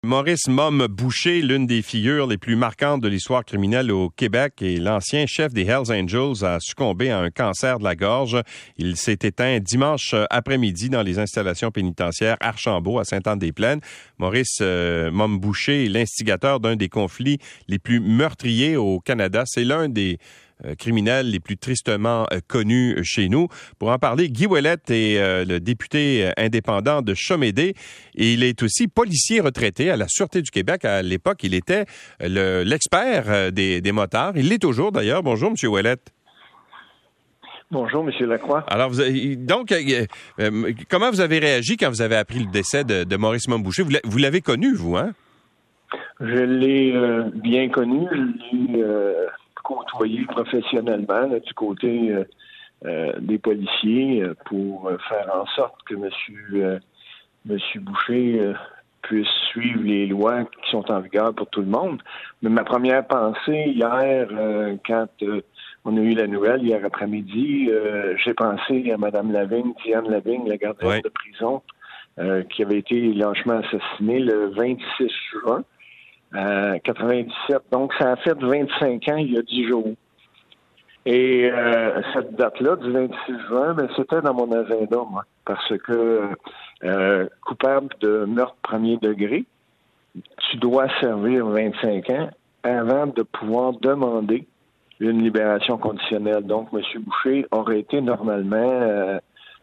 Maurice Mom Boucher, l'une des figures les plus marquantes de l'histoire criminelle au Québec et l'ancien chef des Hells Angels, a succombé à un cancer de la gorge. Il s'est éteint dimanche après-midi dans les installations pénitentiaires Archambault à Sainte-Anne-des-Plaines. Maurice Mom Boucher est l'instigateur d'un des conflits les plus meurtriers au Canada. C'est l'un des criminels les plus tristement connus chez nous. Pour en parler, Guy Ouellette est le député indépendant de Chomédé et il est aussi policier retraité à la Sûreté du Québec. À l'époque, il était l'expert des motards. Il l'est toujours d'ailleurs. Bonjour, M. Ouellette. Bonjour, M. Lacroix. Alors, comment vous avez réagi quand vous avez appris le décès de Maurice Mom Boucher? Vous l'avez connu, vous, hein? Je l'ai bien connu. Je l'ai côtoyé professionnellement là, du côté des policiers pour faire en sorte que M. Boucher puisse suivre les lois qui sont en vigueur pour tout le monde. Mais ma première pensée hier, quand on a eu la nouvelle hier après-midi, j'ai pensé à Mme Lavigne, Diane Lavigne, la gardienne de prison, qui avait été lâchement assassinée le 26 juin. 97. Donc, ça a fait 25 ans, il y a 10 jours. Et cette date-là, du 26 juin, c'était dans mon agenda, moi, parce que coupable de meurtre premier degré, tu dois servir 25 ans avant de pouvoir demander une libération conditionnelle. Donc, M. Boucher aurait été normalement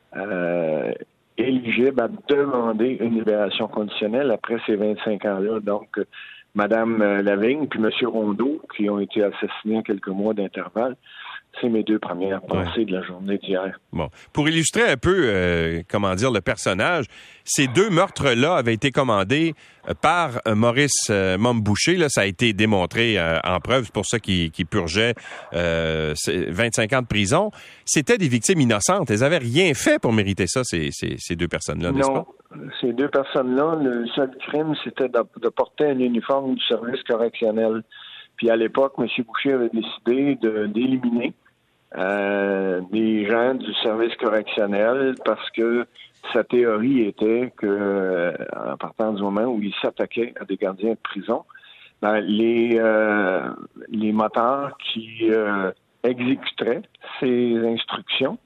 éligible à demander une libération conditionnelle après ces 25 ans-là. Donc, Mme Lavigne puis M. Rondeau, qui ont été assassinés à quelques mois d'intervalle, c'est mes deux premières pensées de la journée d'hier. Bon. Pour illustrer un peu, le personnage, ces deux meurtres-là avaient été commandés par Maurice Mom Boucher. Là, ça a été démontré en preuve. C'est pour ça qu'il purgeait 25 ans de prison. C'était des victimes innocentes. Elles n'avaient rien fait pour mériter ça, ces deux personnes-là, n'est-ce pas? Non, ces deux personnes-là, le seul crime, c'était de porter un uniforme du service correctionnel. Puis à l'époque, M. Boucher avait décidé d'éliminer des gens du service correctionnel parce que sa théorie était que, en partant du moment où il s'attaquait à des gardiens de prison, les motards qui exécuteraient ces instructions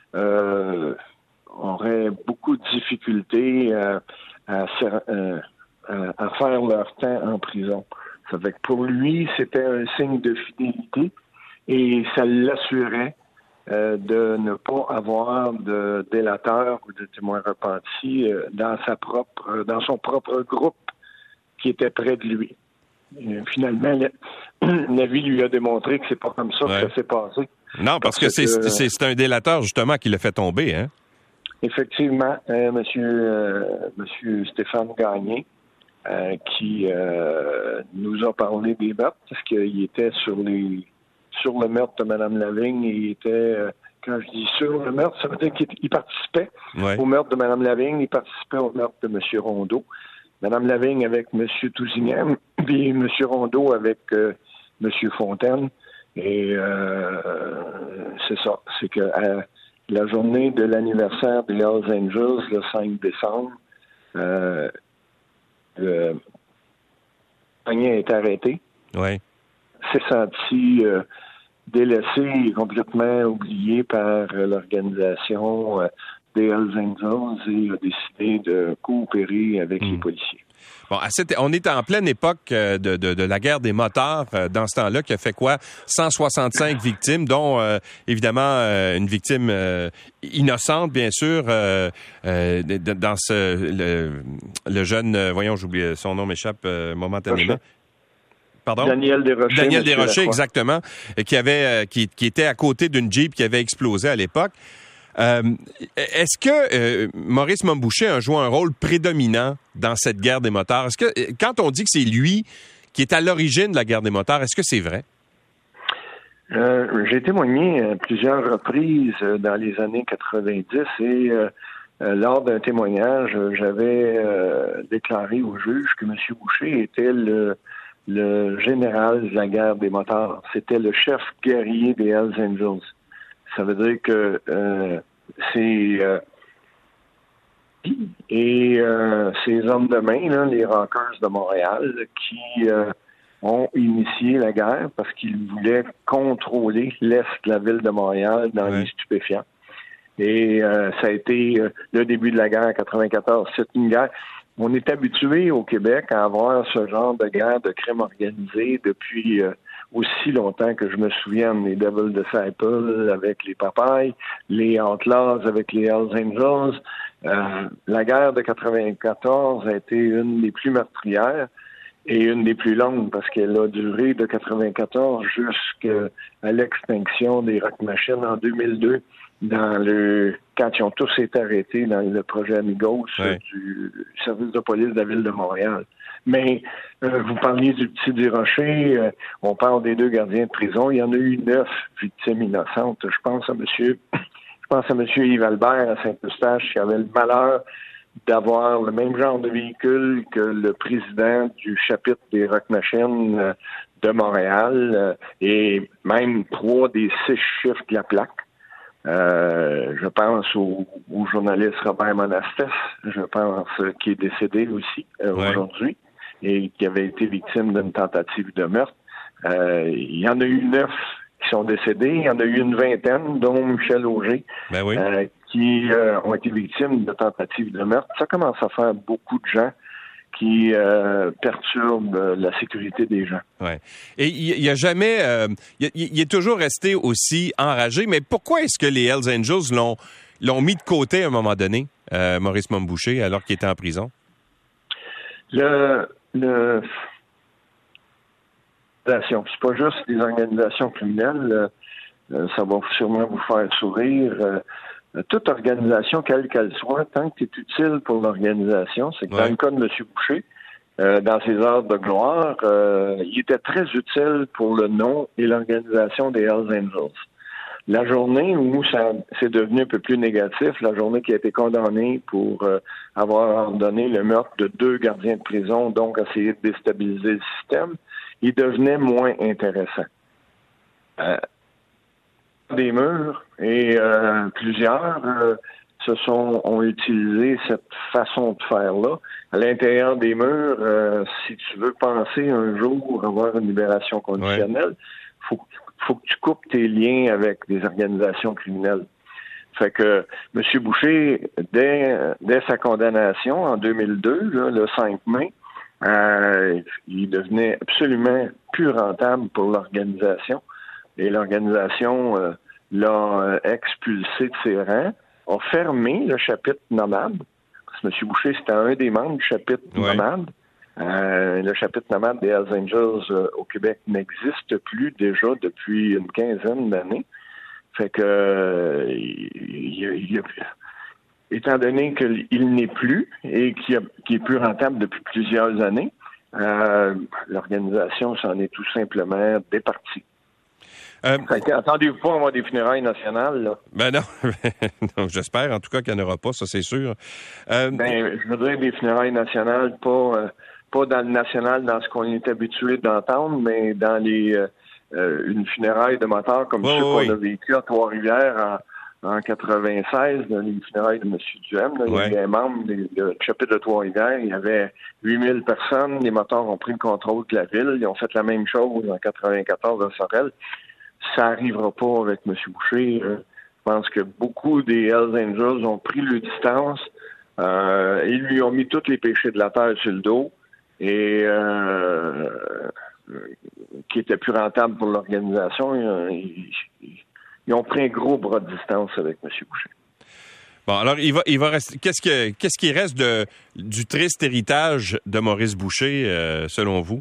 auraient beaucoup de difficultés à faire leur temps en prison. Ça fait que pour lui, c'était un signe de fidélité et ça l'assurait de ne pas avoir de délateur ou de témoin repenti dans son propre groupe qui était près de lui. Et finalement, la vie lui a démontré que c'est pas comme ça que ça s'est passé. Non, parce que c'est un délateur justement qui l'a fait tomber, hein? Effectivement, monsieur Stéphane Gagné, qui nous a parlé des meurtres, parce qu'il était sur le meurtre de Mme Lavigne, et il était, quand je dis sur le meurtre, ça veut dire qu'il participait au meurtre de Mme Lavigne, il participait au meurtre de M. Rondeau. Mme Lavigne avec M. Tousignan, puis M. Rondeau avec M. Fontaine. Et c'est ça, c'est que la journée de l'anniversaire des Hells Angels, le 5 décembre, Gagné est arrêté. Oui. S'est senti délaissé et complètement oublié par l'organisation des Hells Angels et a décidé de coopérer avec les policiers. Bon, on est en pleine époque de la guerre des motards dans ce temps-là, qui a fait quoi? 165 victimes, dont évidemment une victime innocente, bien sûr, dans le jeune, j'oublie son nom, m'échappe momentanément. Pardon? Daniel Desrochers. Daniel Desrochers, exactement, qui était à côté d'une Jeep qui avait explosé à l'époque. Est-ce que Maurice Mom Boucher a joué un rôle prédominant dans cette guerre des motards? Est-ce que quand on dit que c'est lui qui est à l'origine de la guerre des motards, est-ce que c'est vrai? J'ai témoigné à plusieurs reprises dans les années 90 et lors d'un témoignage, j'avais déclaré au juge que M. Boucher était le général de la guerre des motards. C'était le chef guerrier des Hells Angels. Ça veut dire que c'est Et ces hommes de main, là, les Rockers de Montréal, qui ont initié la guerre parce qu'ils voulaient contrôler l'est de la ville de Montréal dans les stupéfiants. Et ça a été le début de la guerre en 94. C'est une guerre. On est habitué au Québec à avoir ce genre de guerre de crime organisé depuis aussi longtemps que je me souvienne. Les Devil Disciples avec les Papayes, les Outlaws avec les Hells Angels. La guerre de 94 a été une des plus meurtrières et une des plus longues parce qu'elle a duré de 94 jusqu'à l'extinction des Rock Machines en 2002 quand ils ont tous été arrêtés dans le projet Amigos du service de police de la ville de Montréal. Mais vous parliez du Petit des Rochers, on parle des 2 gardiens de prison, il y en a eu 9 victimes innocentes. Je pense à monsieur Yves Albert à Saint-Eustache qui avait le malheur d'avoir le même genre de véhicule que le président du chapitre des Rock Machines de Montréal et même 3 des 6 chiffres de la plaque. Je pense au journaliste Robert Monastès, je pense qui est décédé aussi aujourd'hui et qui avait été victime d'une tentative de meurtre. Il y en a eu 9 qui sont décédés, il y en a eu une vingtaine, dont Michel Auger, qui ont été victimes de tentatives de meurtre. Ça commence à faire beaucoup de gens qui perturbent la sécurité des gens. Ouais. Et il y a jamais, il est toujours resté aussi enragé. Mais pourquoi est-ce que les Hells Angels l'ont mis de côté à un moment donné, Maurice Mombourché, alors qu'il était en prison? C'est pas juste des organisations criminelles. Ça va sûrement vous faire sourire. Toute organisation, quelle qu'elle soit, tant que tu es utile pour l'organisation, c'est que dans le cas de M. Boucher, dans ses heures de gloire, il était très utile pour le nom et l'organisation des Hells Angels. La journée où ça c'est devenu un peu plus négatif, la journée qui a été condamné pour avoir ordonné le meurtre de 2 gardiens de prison, donc essayer de déstabiliser le système, il devenait moins intéressant. Des murs et plusieurs ont utilisé cette façon de faire-là. À l'intérieur des murs, si tu veux penser un jour avoir une libération conditionnelle, faut que tu coupes tes liens avec des organisations criminelles. Fait que M. Boucher, dès sa condamnation en 2002, là, le 5 mai, il devenait absolument plus rentable pour l'organisation. Et l'organisation l'a expulsé de ses rangs, a fermé le chapitre nomade. Parce que M. Boucher, c'était un des membres du chapitre nomade. Le chapitre nomade des Hells Angels au Québec n'existe plus déjà depuis une quinzaine d'années. Fait que, étant donné qu'il n'est plus et qu'il est plus rentable depuis plusieurs années, l'organisation s'en est tout simplement départie. Attendez-vous pas avoir des funérailles nationales, là? Ben non. Non, j'espère en tout cas qu'il n'y en aura pas, ça c'est sûr. Je voudrais des funérailles nationales, pas dans le national, dans ce qu'on est habitué d'entendre, mais dans une funéraille de motards comme ceux qu'on a vécu à Trois-Rivières en 96, dans les funérailles de M. Duhem. Il y avait un membre du chapitre de Trois-Rivières, il y avait 8000 personnes, les motards ont pris le contrôle de la ville, ils ont fait la même chose en 94 à Sorel. Ça n'arrivera pas avec M. Boucher. Je pense que beaucoup des Hells Angels ont pris leur distance. Ils lui ont mis tous les péchés de la terre sur le dos et qui était plus rentable pour l'organisation. Ils ont pris un gros bras de distance avec M. Boucher. Bon, alors il va rester. Qu'est-ce qui reste du triste héritage de Maurice Boucher, selon vous?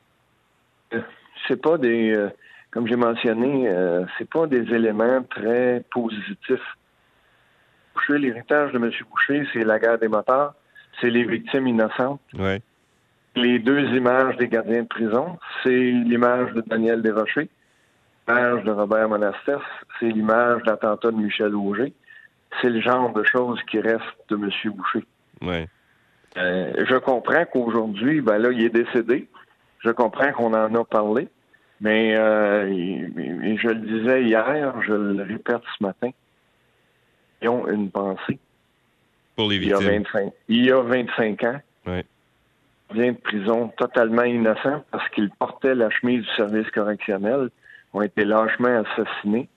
C'est pas des comme j'ai mentionné, c'est pas des éléments très positifs. Boucher, l'héritage de M. Boucher, c'est la guerre des motards, c'est les victimes innocentes. Ouais. Les 2 images des gardiens de prison, c'est l'image de Daniel Desrochers, l'image de Robert Monastès, c'est l'image de l'attentat de Michel Auger. C'est le genre de choses qui restent de M. Boucher. Ouais. Je comprends qu'aujourd'hui, là, il est décédé. Je comprends qu'on en a parlé. Mais je le disais hier, je le répète ce matin, ils ont une pensée. pour les il y a victimes. 25 ans. Oui. Il vient de prison totalement innocent parce qu'il portait la chemise du service correctionnel, ont été lâchement assassinés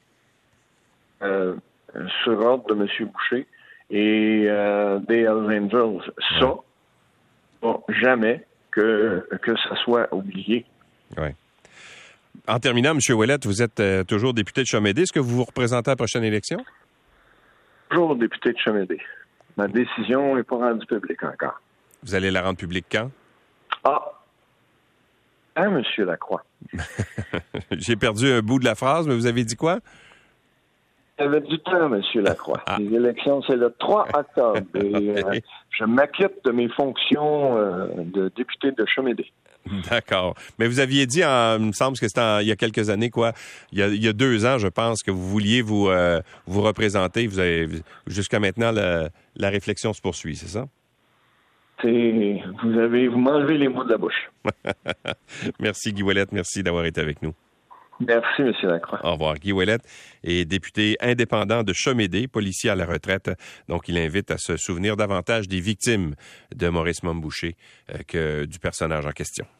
sur ordre de M. Boucher et des Hells Angels. Ça, bon, jamais que ça soit oublié. Oui. En terminant, M. Ouellette, vous êtes toujours député de Chomédé. Est-ce que vous vous représentez à la prochaine élection? Toujours député de Chomédé. Ma décision n'est pas rendue publique encore. Vous allez la rendre publique quand? M. Lacroix. J'ai perdu un bout de la phrase, mais vous avez dit quoi? Il y avait du temps, M. Lacroix. Les élections, c'est le 3 octobre. Et, je m'acquitte de mes fonctions de député de Chomédé. D'accord. Mais vous aviez dit, il me semble que c'était il y a quelques années, quoi. Il y a 2 ans, je pense, que vous vouliez vous représenter. Jusqu'à maintenant, la réflexion se poursuit, c'est ça? Vous m'enlevez les mots de la bouche. Merci, Guy Ouellette. Merci d'avoir été avec nous. Merci, M. Lacroix. Au revoir. Guy Ouellette est député indépendant de Chomédé, policier à la retraite. Donc, il invite à se souvenir davantage des victimes de Maurice Mommboucher que du personnage en question.